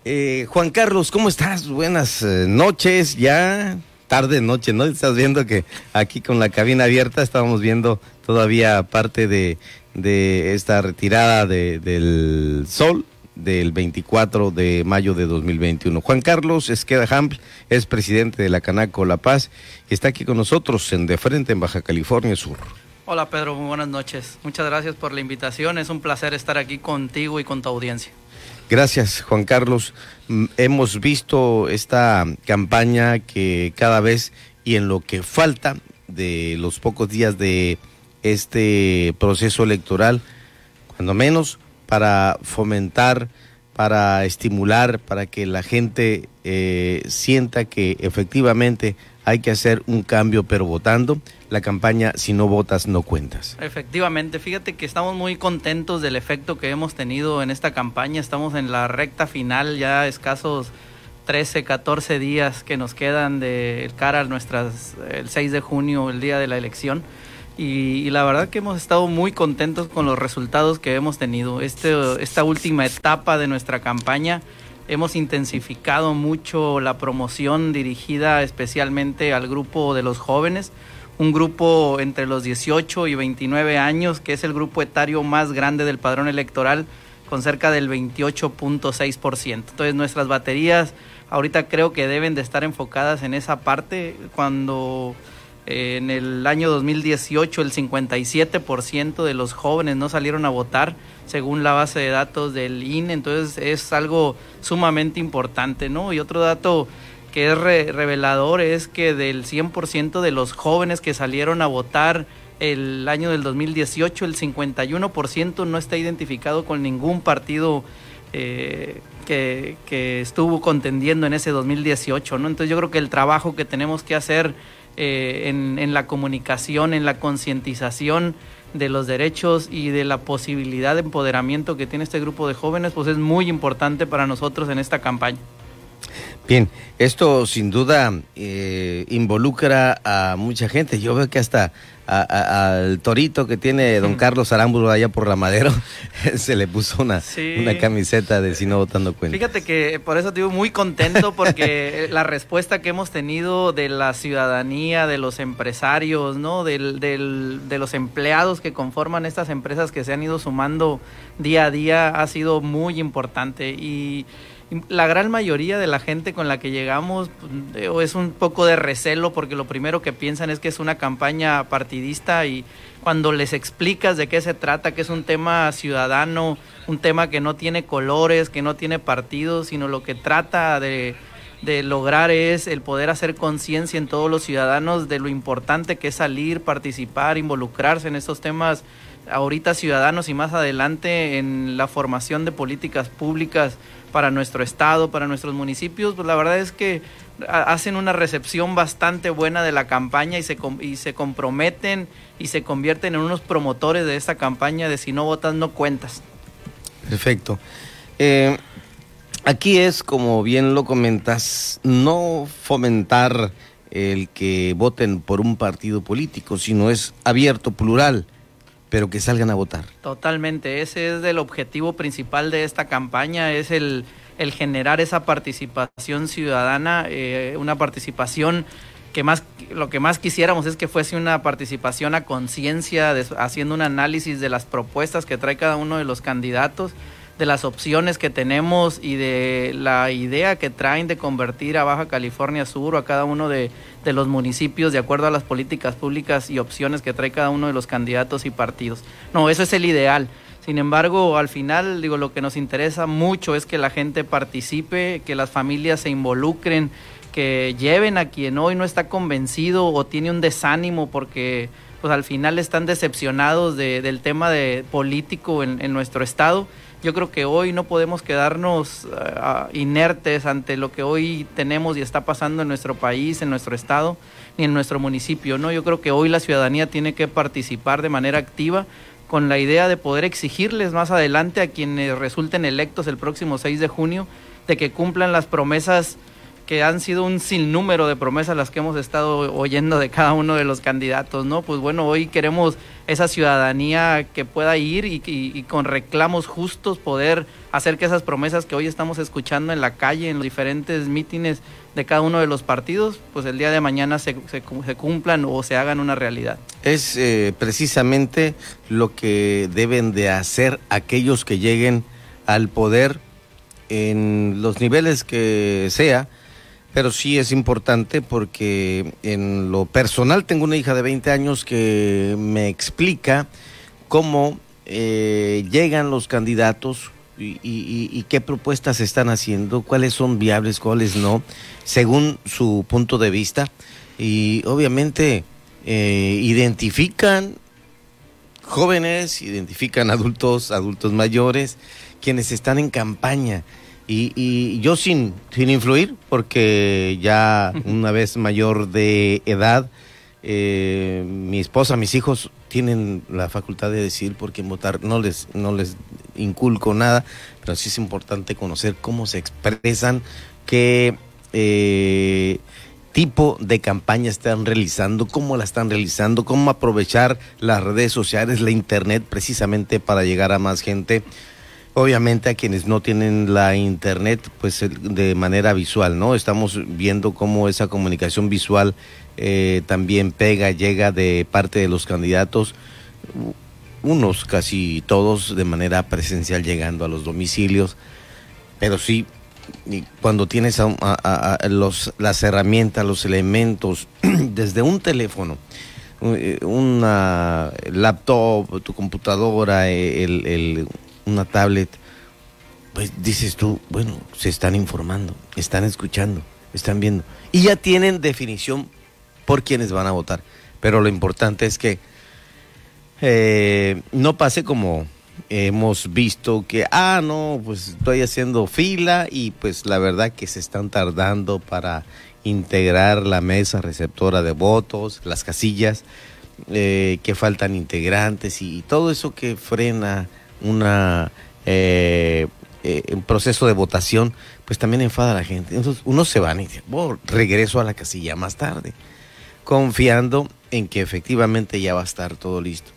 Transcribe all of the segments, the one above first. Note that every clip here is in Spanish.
Juan Carlos, ¿cómo estás? Buenas noches, ya tarde noche, ¿no? Estás viendo que aquí con la cabina abierta estábamos viendo todavía parte de esta retirada del sol del 24 de mayo de 2021. Juan Carlos Esqueda Hampl es presidente de la Canaco La Paz y está aquí con nosotros en De Frente en Baja California Sur. Hola Pedro, muy buenas noches. Muchas gracias por la invitación, es un placer estar aquí contigo y con tu audiencia. Gracias, Juan Carlos. Hemos visto esta campaña que cada vez y en lo que falta de los pocos días de este proceso electoral, cuando menos para fomentar, para estimular, para que la gente sienta que efectivamente hay que hacer un cambio, pero votando. La campaña Si no votas, no cuentas. Efectivamente, fíjate que estamos muy contentos del efecto que hemos tenido en esta campaña. Estamos en la recta final, ya escasos 13, 14 días que nos quedan de cara a el 6 de junio, el día de la elección. Y la verdad que hemos estado muy contentos con los resultados que hemos tenido. Esta última etapa de nuestra campaña hemos intensificado mucho la promoción dirigida especialmente al grupo de los jóvenes, un grupo entre los 18 y 29 años, que es el grupo etario más grande del padrón electoral, con cerca del 28.6%. Entonces nuestras baterías ahorita creo que deben de estar enfocadas en esa parte. Cuando en el año 2018 el 57% de los jóvenes no salieron a votar, según la base de datos del INE, entonces es algo sumamente importante, ¿no? Y otro dato que es revelador es que del 100% de los jóvenes que salieron a votar el año del 2018, el 51% no está identificado con ningún partido que estuvo contendiendo en ese 2018, ¿no? Entonces yo creo que el trabajo que tenemos que hacer en la comunicación, en la concientización de los derechos y de la posibilidad de empoderamiento que tiene este grupo de jóvenes, pues es muy importante para nosotros en esta campaña. Bien, esto sin duda involucra a mucha gente. Yo veo que hasta al torito que tiene don Carlos Aramburu allá por la Madero se le puso una camiseta de Si no votas, no cuentas. Fíjate que por eso estoy muy contento, porque la respuesta que hemos tenido de la ciudadanía, de los empresarios, ¿no? de los empleados que conforman estas empresas que se han ido sumando día a día ha sido muy importante. Y la gran mayoría de la gente con la que llegamos es un poco de recelo, porque lo primero que piensan es que es una campaña partidista, y cuando les explicas de qué se trata, que es un tema ciudadano, un tema que no tiene colores, que no tiene partidos, sino lo que trata de lograr es el poder hacer conciencia en todos los ciudadanos de lo importante que es salir, participar, involucrarse en estos temas ahorita ciudadanos y más adelante en la formación de políticas públicas para nuestro estado, para nuestros municipios. Pues la verdad es que hacen una recepción bastante buena de la campaña y se comprometen y se convierten en unos promotores de esta campaña de Si no votas, no cuentas. Perfecto. Aquí es, como bien lo comentas, no fomentar el que voten por un partido político, sino es abierto, plural, pero que salgan a votar. Totalmente, ese es el objetivo principal de esta campaña, es el generar esa participación ciudadana, una participación que lo que más quisiéramos es que fuese una participación a conciencia, haciendo un análisis de las propuestas que trae cada uno de los candidatos, de las opciones que tenemos y de la idea que traen de convertir a Baja California Sur o a cada uno de los municipios de acuerdo a las políticas públicas y opciones que trae cada uno de los candidatos y partidos. No, eso es el ideal. Sin embargo, al final, lo que nos interesa mucho es que la gente participe, que las familias se involucren, que lleven a quien hoy no está convencido o tiene un desánimo porque pues al final están decepcionados del tema político en nuestro estado. Yo creo que hoy no podemos quedarnos inertes ante lo que hoy tenemos y está pasando en nuestro país, en nuestro estado, ni en nuestro municipio, ¿no? Yo creo que hoy la ciudadanía tiene que participar de manera activa con la idea de poder exigirles más adelante a quienes resulten electos el próximo 6 de junio de que cumplan las promesas que han sido un sinnúmero de promesas las que hemos estado oyendo de cada uno de los candidatos, ¿no? Pues bueno, hoy queremos esa ciudadanía que pueda ir y con reclamos justos poder hacer que esas promesas que hoy estamos escuchando en la calle, en los diferentes mítines de cada uno de los partidos, pues el día de mañana se cumplan o se hagan una realidad. Es precisamente lo que deben de hacer aquellos que lleguen al poder en los niveles que sea, pero sí es importante porque en lo personal tengo una hija de 20 años que me explica cómo llegan los candidatos y qué propuestas están haciendo, cuáles son viables, cuáles no, según su punto de vista, y obviamente identifican jóvenes, identifican adultos mayores, quienes están en campaña. Y yo sin influir, porque ya una vez mayor de edad, mi esposa, mis hijos tienen la facultad de decidir por quién votar. No les inculco nada, pero sí es importante conocer cómo se expresan, qué tipo de campaña están realizando, cómo la están realizando, cómo aprovechar las redes sociales, la internet, precisamente para llegar a más gente. Obviamente a quienes no tienen la internet, pues de manera visual, ¿no? Estamos viendo cómo esa comunicación visual también llega de parte de los candidatos, unos casi todos de manera presencial llegando a los domicilios, pero sí, cuando tienes las herramientas, los elementos, desde un teléfono, una laptop, tu computadora, una tablet, pues dices tú, bueno, se están informando, están escuchando, están viendo, y ya tienen definición por quienes van a votar. Pero lo importante es que no pase como hemos visto que, no, pues estoy haciendo fila y pues la verdad que se están tardando para integrar la mesa receptora de votos, las casillas, que faltan integrantes y todo eso que frena un proceso de votación, pues también enfada a la gente. Entonces uno se va y dice, regreso a la casilla más tarde, confiando en que efectivamente ya va a estar todo listo.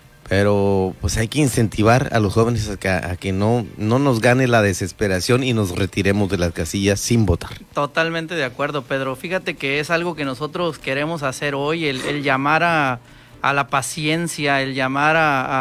Pero pues hay que incentivar a los jóvenes a que no nos gane la desesperación y nos retiremos de las casillas sin votar. Totalmente de acuerdo, Pedro. Fíjate que es algo que nosotros queremos hacer hoy, el llamar a la paciencia, el llamar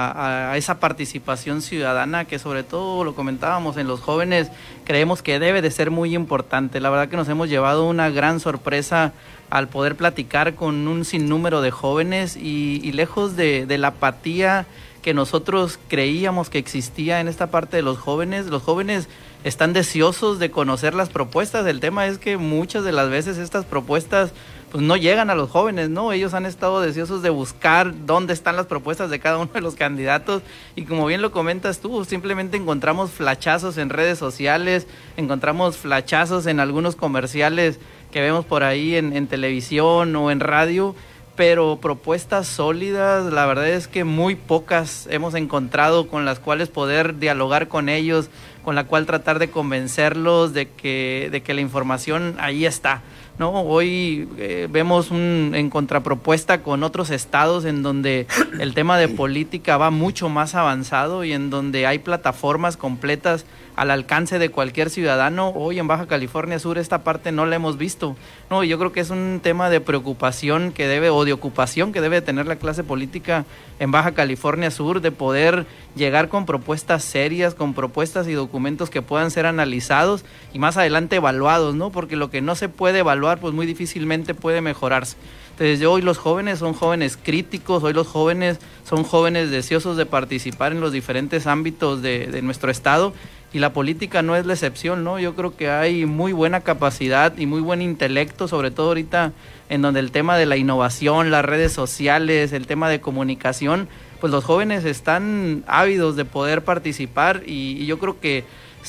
a esa participación ciudadana, que sobre todo lo comentábamos en los jóvenes, creemos que debe de ser muy importante. La verdad que nos hemos llevado una gran sorpresa al poder platicar con un sinnúmero de jóvenes y lejos de la apatía que nosotros creíamos que existía en esta parte de los jóvenes están deseosos de conocer las propuestas. El tema es que muchas de las veces estas propuestas pues no llegan a los jóvenes, ¿no? Ellos han estado deseosos de buscar dónde están las propuestas de cada uno de los candidatos y como bien lo comentas tú, simplemente encontramos flachazos en redes sociales, encontramos flachazos en algunos comerciales que vemos por ahí en televisión o en radio, pero propuestas sólidas, la verdad es que muy pocas hemos encontrado con las cuales poder dialogar con ellos, con la cual tratar de convencerlos de que la información ahí está, ¿no? Hoy vemos en contrapropuesta con otros estados en donde el tema de política va mucho más avanzado y en donde hay plataformas completas al alcance de cualquier ciudadano. Hoy en Baja California Sur esta parte no la hemos visto, ¿no? Y yo creo que es un tema de preocupación o de ocupación que debe tener la clase política en Baja California Sur, de poder llegar con propuestas serias, con propuestas y documentos que puedan ser analizados y más adelante evaluados, ¿no? Porque lo que no se puede evaluar, pues muy difícilmente puede mejorarse. Entonces hoy los jóvenes son jóvenes críticos, hoy los jóvenes son jóvenes deseosos de participar en los diferentes ámbitos de nuestro estado y la política no es la excepción, ¿no? Yo creo que hay muy buena capacidad y muy buen intelecto, sobre todo ahorita en donde el tema de la innovación, las redes sociales, el tema de comunicación, pues los jóvenes están ávidos de poder participar y yo creo que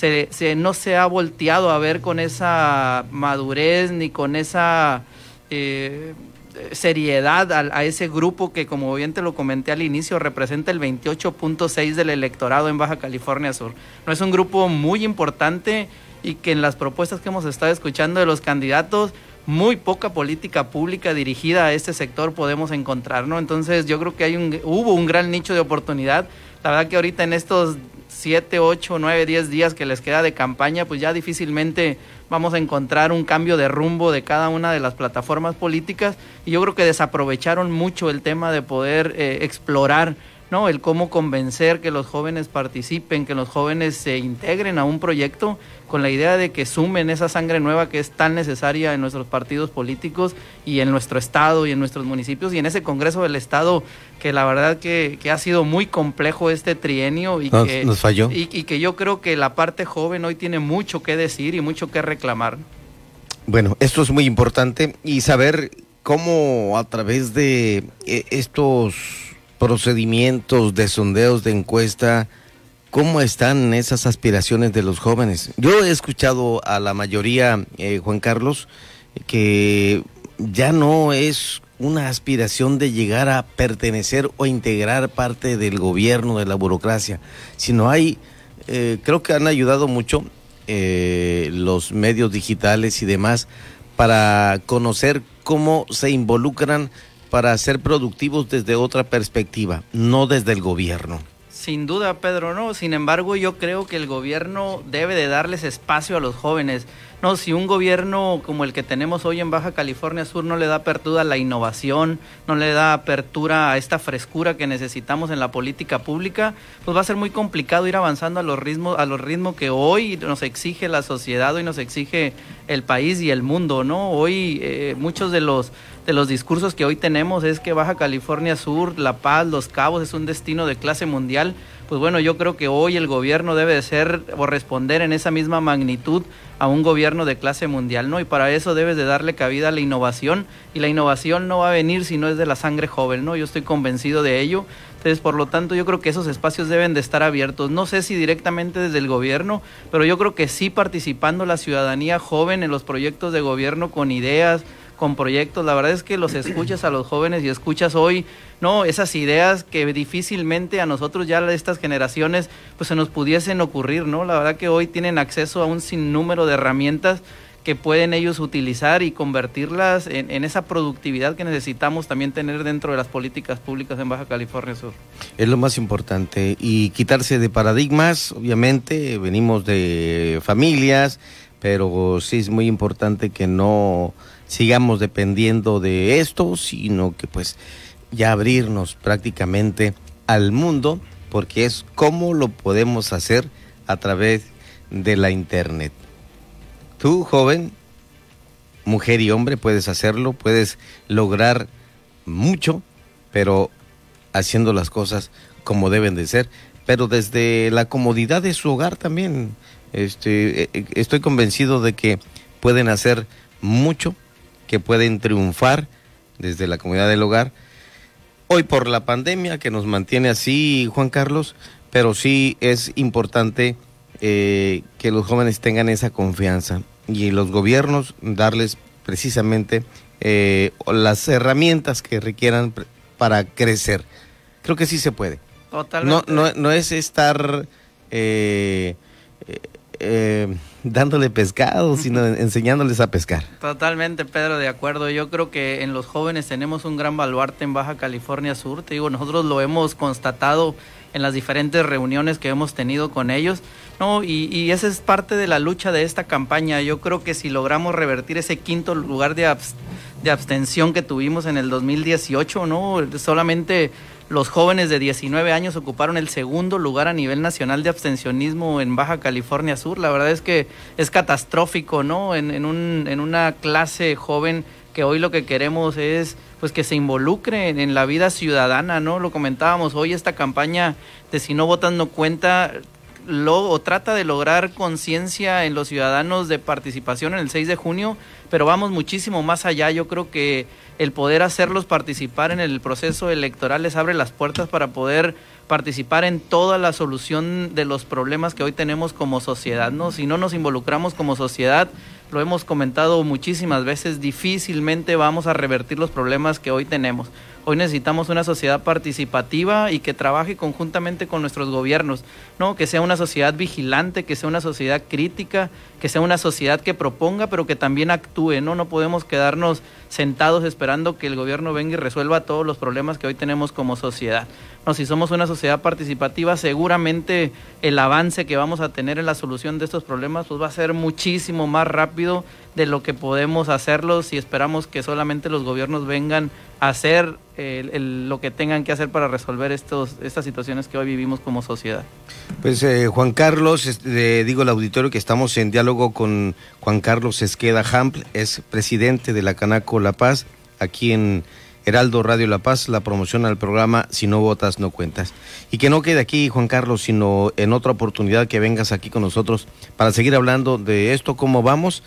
no se ha volteado a ver con esa madurez ni con esa seriedad a ese grupo que, como bien te lo comenté al inicio, representa el 28.6 del electorado en Baja California Sur. No es un grupo muy importante y que en las propuestas que hemos estado escuchando de los candidatos, muy poca política pública dirigida a este sector podemos encontrar, ¿no? Entonces yo creo que hubo un gran nicho de oportunidad. La verdad que ahorita en estos 7, 8, 9, 10 días que les queda de campaña, pues ya difícilmente vamos a encontrar un cambio de rumbo de cada una de las plataformas políticas, y yo creo que desaprovecharon mucho el tema de poder explorar, ¿no?, el cómo convencer que los jóvenes participen, que los jóvenes se integren a un proyecto con la idea de que sumen esa sangre nueva que es tan necesaria en nuestros partidos políticos y en nuestro estado y en nuestros municipios y en ese Congreso del Estado, que la verdad que ha sido muy complejo este trienio y nos falló. Y que yo creo que la parte joven hoy tiene mucho que decir y mucho que reclamar. Bueno, esto es muy importante, y saber cómo a través de estos procedimientos de sondeos, de encuesta, ¿cómo están esas aspiraciones de los jóvenes? Yo he escuchado a la mayoría, Juan Carlos, que ya no es una aspiración de llegar a pertenecer o integrar parte del gobierno, de la burocracia, sino creo que han ayudado mucho los medios digitales y demás para conocer cómo se involucran para ser productivos desde otra perspectiva, no desde el gobierno. Sin duda, Pedro, no. Sin embargo, yo creo que el gobierno debe de darles espacio a los jóvenes. No, si un gobierno como el que tenemos hoy en Baja California Sur no le da apertura a la innovación, no le da apertura a esta frescura que necesitamos en la política pública, pues va a ser muy complicado ir avanzando a los ritmos que hoy nos exige la sociedad, hoy nos exige el país y el mundo, ¿no? Hoy muchos de los discursos que hoy tenemos es que Baja California Sur, La Paz, Los Cabos es un destino de clase mundial. Pues bueno, yo creo que hoy el gobierno debe de ser o responder en esa misma magnitud a un gobierno de clase mundial, ¿no? Y para eso debes de darle cabida a la innovación, y la innovación no va a venir si no es de la sangre joven, ¿no? Yo estoy convencido de ello. Entonces, por lo tanto, yo creo que esos espacios deben de estar abiertos. No sé si directamente desde el gobierno, pero yo creo que sí participando la ciudadanía joven en los proyectos de gobierno con ideas, con proyectos. La verdad es que los escuchas a los jóvenes y escuchas hoy, ¿no?, esas ideas que difícilmente a nosotros ya de estas generaciones pues se nos pudiesen ocurrir, ¿no? La verdad que hoy tienen acceso a un sinnúmero de herramientas que pueden ellos utilizar y convertirlas en esa productividad que necesitamos también tener dentro de las políticas públicas en Baja California Sur. Es lo más importante, y quitarse de paradigmas. Obviamente venimos de familias, pero sí es muy importante que no sigamos dependiendo de esto, sino que pues ya abrirnos prácticamente al mundo, porque es cómo lo podemos hacer a través de la internet. Tú, joven, mujer y hombre, puedes hacerlo, puedes lograr mucho, pero haciendo las cosas como deben de ser, pero desde la comodidad de su hogar también. Estoy convencido de que pueden hacer mucho, que pueden triunfar desde la comodidad del hogar. Hoy por la pandemia que nos mantiene así, Juan Carlos, pero sí es importante que los jóvenes tengan esa confianza, y los gobiernos darles precisamente las herramientas que requieran para crecer. Creo que sí se puede. Totalmente. No es estar dándole pescado, sino enseñándoles a pescar. Totalmente, Pedro, de acuerdo. Yo creo que en los jóvenes tenemos un gran baluarte en Baja California Sur. Te digo, nosotros lo hemos constatado en las diferentes reuniones que hemos tenido con ellos, ¿no? Y esa es parte de la lucha de esta campaña. Yo creo que si logramos revertir ese quinto lugar de abstención que tuvimos en el 2018, ¿no? Solamente los jóvenes de 19 años ocuparon el segundo lugar a nivel nacional de abstencionismo en Baja California Sur. La verdad es que es catastrófico, ¿no? En una clase joven que hoy lo que queremos es pues que se involucre en la vida ciudadana, ¿no? Lo comentábamos hoy, esta campaña de Si no votas no cuenta, trata de lograr conciencia en los ciudadanos de participación en el 6 de junio, pero vamos muchísimo más allá. Yo creo que el poder hacerlos participar en el proceso electoral les abre las puertas para poder participar en toda la solución de los problemas que hoy tenemos como sociedad, ¿no? Si no nos involucramos como sociedad, lo hemos comentado muchísimas veces, difícilmente vamos a revertir los problemas que hoy tenemos. Hoy necesitamos una sociedad participativa y que trabaje conjuntamente con nuestros gobiernos, ¿no? Que sea una sociedad vigilante, que sea una sociedad crítica, que sea una sociedad que proponga, pero que también actúe, ¿no? No podemos quedarnos sentados esperando que el gobierno venga y resuelva todos los problemas que hoy tenemos como sociedad. No, si somos una sociedad participativa, seguramente el avance que vamos a tener en la solución de estos problemas pues va a ser muchísimo más rápido de lo que podemos hacerlo si esperamos que solamente los gobiernos vengan a hacer lo que tengan que hacer para resolver estas situaciones que hoy vivimos como sociedad. Pues Juan Carlos, digo al auditorio que estamos en diálogo con Juan Carlos Esqueda Jampl, es presidente de la Canaco La Paz, aquí en Heraldo Radio La Paz, la promoción al programa Si no votas, no cuentas. Y que no quede aquí, Juan Carlos, sino en otra oportunidad que vengas aquí con nosotros para seguir hablando de esto, cómo vamos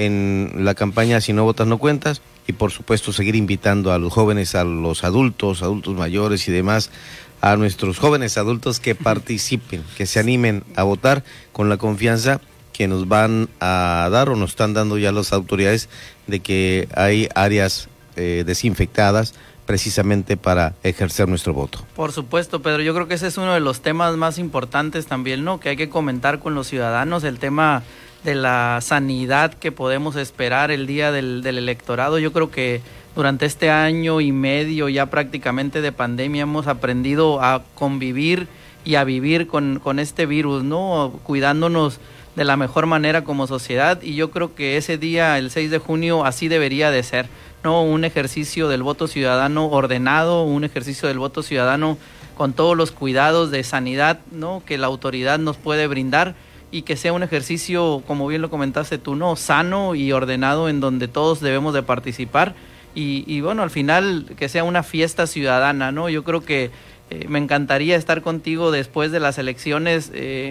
en la campaña Si no votas, no cuentas, y por supuesto seguir invitando a los jóvenes, a los adultos mayores y demás, a nuestros jóvenes adultos que participen, que se animen a votar con la confianza que nos van a dar o nos están dando ya las autoridades de que hay áreas desinfectadas precisamente para ejercer nuestro voto. Por supuesto, Pedro, yo creo que ese es uno de los temas más importantes también, ¿no? Que hay que comentar con los ciudadanos, el tema de la sanidad que podemos esperar el día del electorado. Yo creo que durante este año y medio ya prácticamente de pandemia hemos aprendido a convivir y a vivir con este virus, ¿no? Cuidándonos de la mejor manera como sociedad, y yo creo que ese día, el 6 de junio, así debería de ser, ¿no? Un ejercicio del voto ciudadano ordenado, un ejercicio del voto ciudadano con todos los cuidados de sanidad, ¿no? Que la autoridad nos puede brindar, y que sea un ejercicio, como bien lo comentaste tú, ¿no? Sano y ordenado, en donde todos debemos de participar, y bueno, al final que sea una fiesta ciudadana, ¿no? Yo creo que me encantaría estar contigo después de las elecciones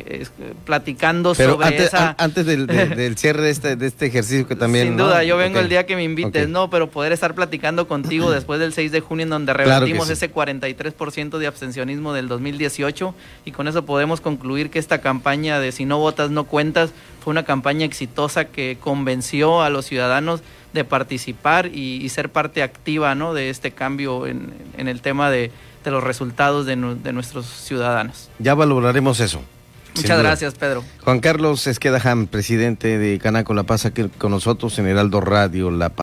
platicando. Pero sobre antes del cierre de este ejercicio que también... Sin duda, yo vengo el día que me invites, ¿no? Pero poder estar platicando contigo después del 6 de junio, en donde revertimos ese 43% de abstencionismo del 2018, y con eso podemos concluir que esta campaña de Si no votas, no cuentas fue una campaña exitosa que convenció a los ciudadanos de participar y ser parte activa, ¿no? De este cambio en el tema de los resultados de nuestros ciudadanos. Ya valoraremos eso. Muchas gracias, Pedro. Juan Carlos Esqueda Jampl, presidente de Canaco La Paz, aquí con nosotros en Heraldo Radio La Paz.